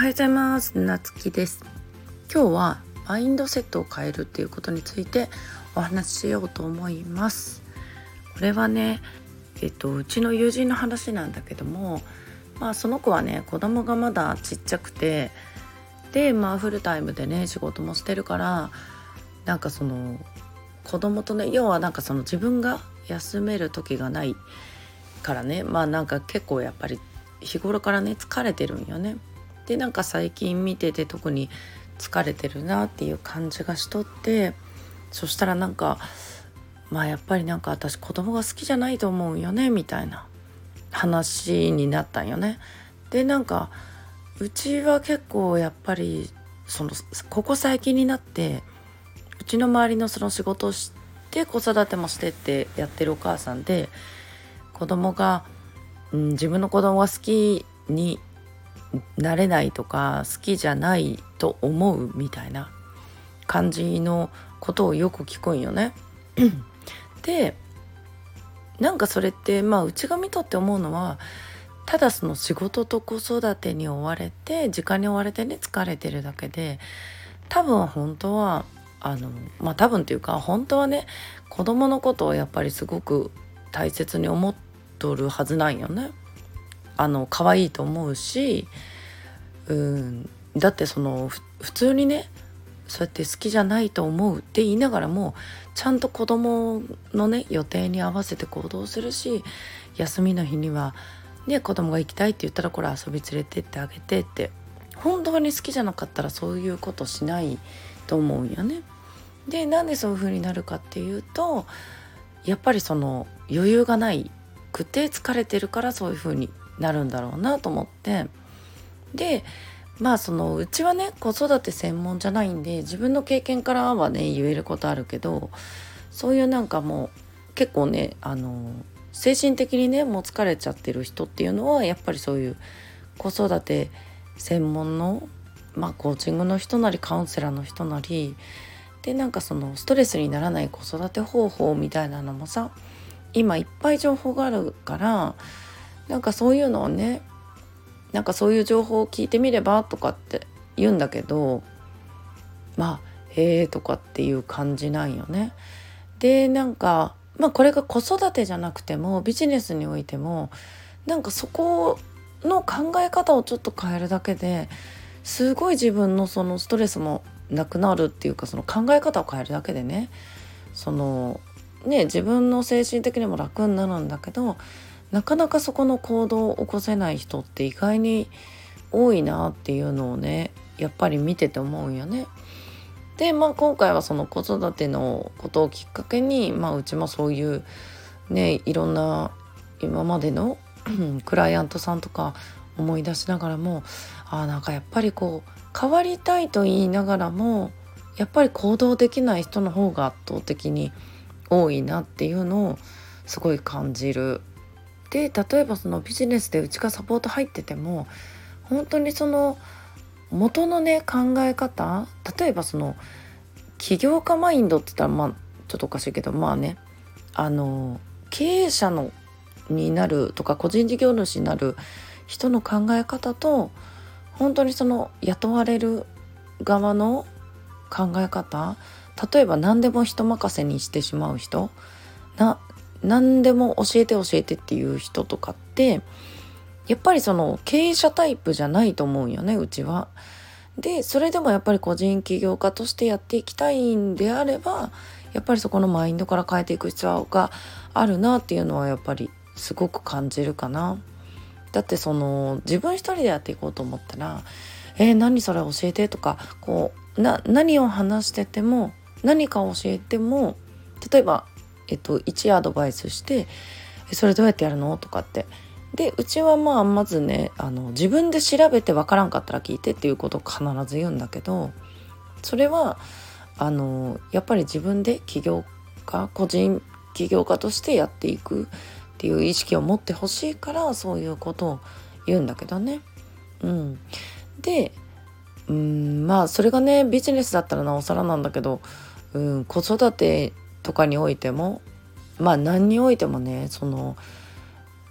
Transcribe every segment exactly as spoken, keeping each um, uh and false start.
ようございます。なつきです。今日はマインドセットを変えるっていうことについてお話ししようと思います。これはね、えっと、うちの友人の話なんだけども、まあその子はね、子供がまだちっちゃくて、でまあフルタイムでね仕事もしてるから、なんかその子供とね、要はなんかその自分が休める時がないからね、まあなんか結構やっぱり日頃からね疲れてるんよね。でなんか最近見てて特に疲れてるなっていう感じがしとって、そしたらなんかまあやっぱりなんか私子供が好きじゃないと思うよねみたいな話になったんよね。でなんかうちは結構やっぱりそのここ最近になって、うちの周りのその仕事をして子育てもしてってやってるお母さんで、子供が、うん、自分の子供が好きになれないとか好きじゃないと思うみたいな感じのことをよく聞くんよね。でなんかそれってまあうちが見とって思うのは、ただその仕事と子育てに追われて時間に追われてね疲れてるだけで、多分本当はあのまあ多分というか本当はね、子供のことをやっぱりすごく大切に思っとるはずなんよね。あの可愛いと思うし、うんだってその普通にねそうやって好きじゃないと思うって言いながらも、ちゃんと子供のね予定に合わせて行動するし、休みの日にはね子供が行きたいって言ったらこれ遊び連れてってあげてって、本当に好きじゃなかったらそういうことしないと思うんよね。でなんでそういう風になるかっていうと、やっぱりその余裕がないくて疲れてるからそういう風になるんだろうなと思って、でまあそのうちはね子育て専門じゃないんで自分の経験からはね言えることあるけど、そういうなんかもう結構ねあの精神的にねもう疲れちゃってる人っていうのはやっぱりそういう子育て専門のまあコーチングの人なりカウンセラーの人なりで、なんかそのストレスにならない子育て方法みたいなのもさ今いっぱい情報があるから、なんかそういうのをね、なんかそういう情報を聞いてみればとかって言うんだけど、まあへえとかっていう感じなんよね。でなんかまあこれが子育てじゃなくてもビジネスにおいても、なんかそこの考え方をちょっと変えるだけですごい自分のそのストレスもなくなるっていうか、その考え方を変えるだけでね、そのね自分の精神的にも楽になるんだけど、なかなかそこの行動を起こせない人って意外に多いなっていうのをねやっぱり見てて思うんよね。でまあ今回はその子育てのことをきっかけに、まあうちもそういうねいろんな今までのクライアントさんとか思い出しながらも、あなんかやっぱりこう変わりたいと言いながらもやっぱり行動できない人の方が圧倒的に多いなっていうのをすごい感じる。で例えばそのビジネスでうちがサポート入ってても、本当にその元のね考え方、例えばその起業家マインドって言ったらまあちょっとおかしいけど、まあねあの経営者のになるとか個人事業主になる人の考え方と、本当にその雇われる側の考え方、例えば何でも人任せにしてしまう人な、何でも教えて教えてっていう人とかってやっぱりその経営者タイプじゃないと思うんよね、うちは。でそれでもやっぱり個人起業家としてやっていきたいんであれば、やっぱりそこのマインドから変えていく必要があるなっていうのはやっぱりすごく感じるかな。だってその自分一人でやっていこうと思ったら、えー、何それ教えてとか、こうな何を話してても何か教えても、例えばえっといちアドバイスしてえそれどうやってやるのとかって、でうちはまあまずねあの自分で調べて分からんかったら聞いてっていうことを必ず言うんだけど、それはあのやっぱり自分で起業家個人起業家としてやっていくっていう意識を持ってほしいからそういうことを言うんだけどね。うん、でうんまあそれがねビジネスだったらなおさらなんだけど、うん、子育てとかにおいてもまあ何においてもね、その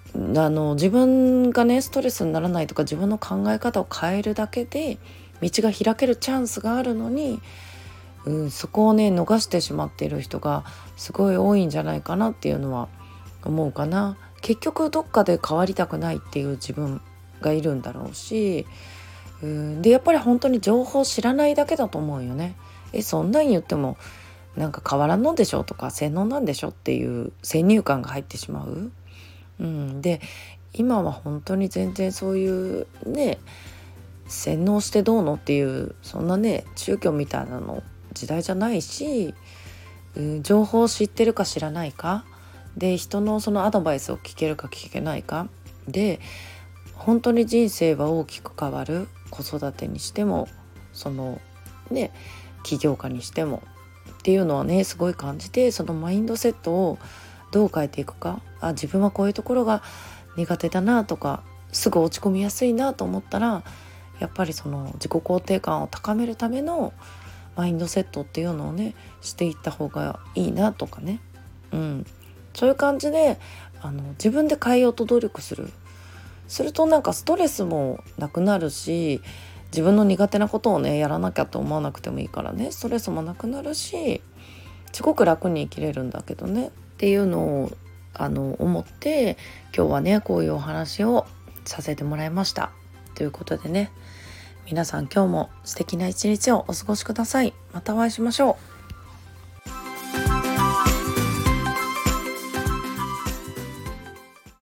あの自分がねストレスにならないとか、自分の考え方を変えるだけで道が開けるチャンスがあるのに、うん、そこをね逃してしまっている人がすごい多いんじゃないかなっていうのは思うかな。結局どっかで変わりたくないっていう自分がいるんだろうし、うん、でやっぱり本当に情報を知らないだけだと思うよね。えそんなん言ってもなんか変わらんのでしょとか洗脳なんでしょっていう先入観が入ってしまう。うん、で今は本当に全然そういうね洗脳してどうのっていうそんなね宗教みたいなの時代じゃないし、うん、情報を知ってるか知らないかで人のそのアドバイスを聞けるか聞けないかで本当に人生は大きく変わる。子育てにしてもそのね起業家にしてもっていうのはねすごい感じて、そのマインドセットをどう変えていくか。あ自分はこういうところが苦手だなとかすぐ落ち込みやすいなと思ったら、やっぱりその自己肯定感を高めるためのマインドセットっていうのをねしていった方がいいなとかね、うん、そういう感じであの自分で変えようと努力する。するとなんかストレスもなくなるし、自分の苦手なことをねやらなきゃと思わなくてもいいからね、ストレスもなくなるしすごく楽に生きれるんだけどねっていうのをあの思って今日はねこういうお話をさせてもらいましたということでね、皆さん今日も素敵な一日をお過ごしください。またお会いしましょう。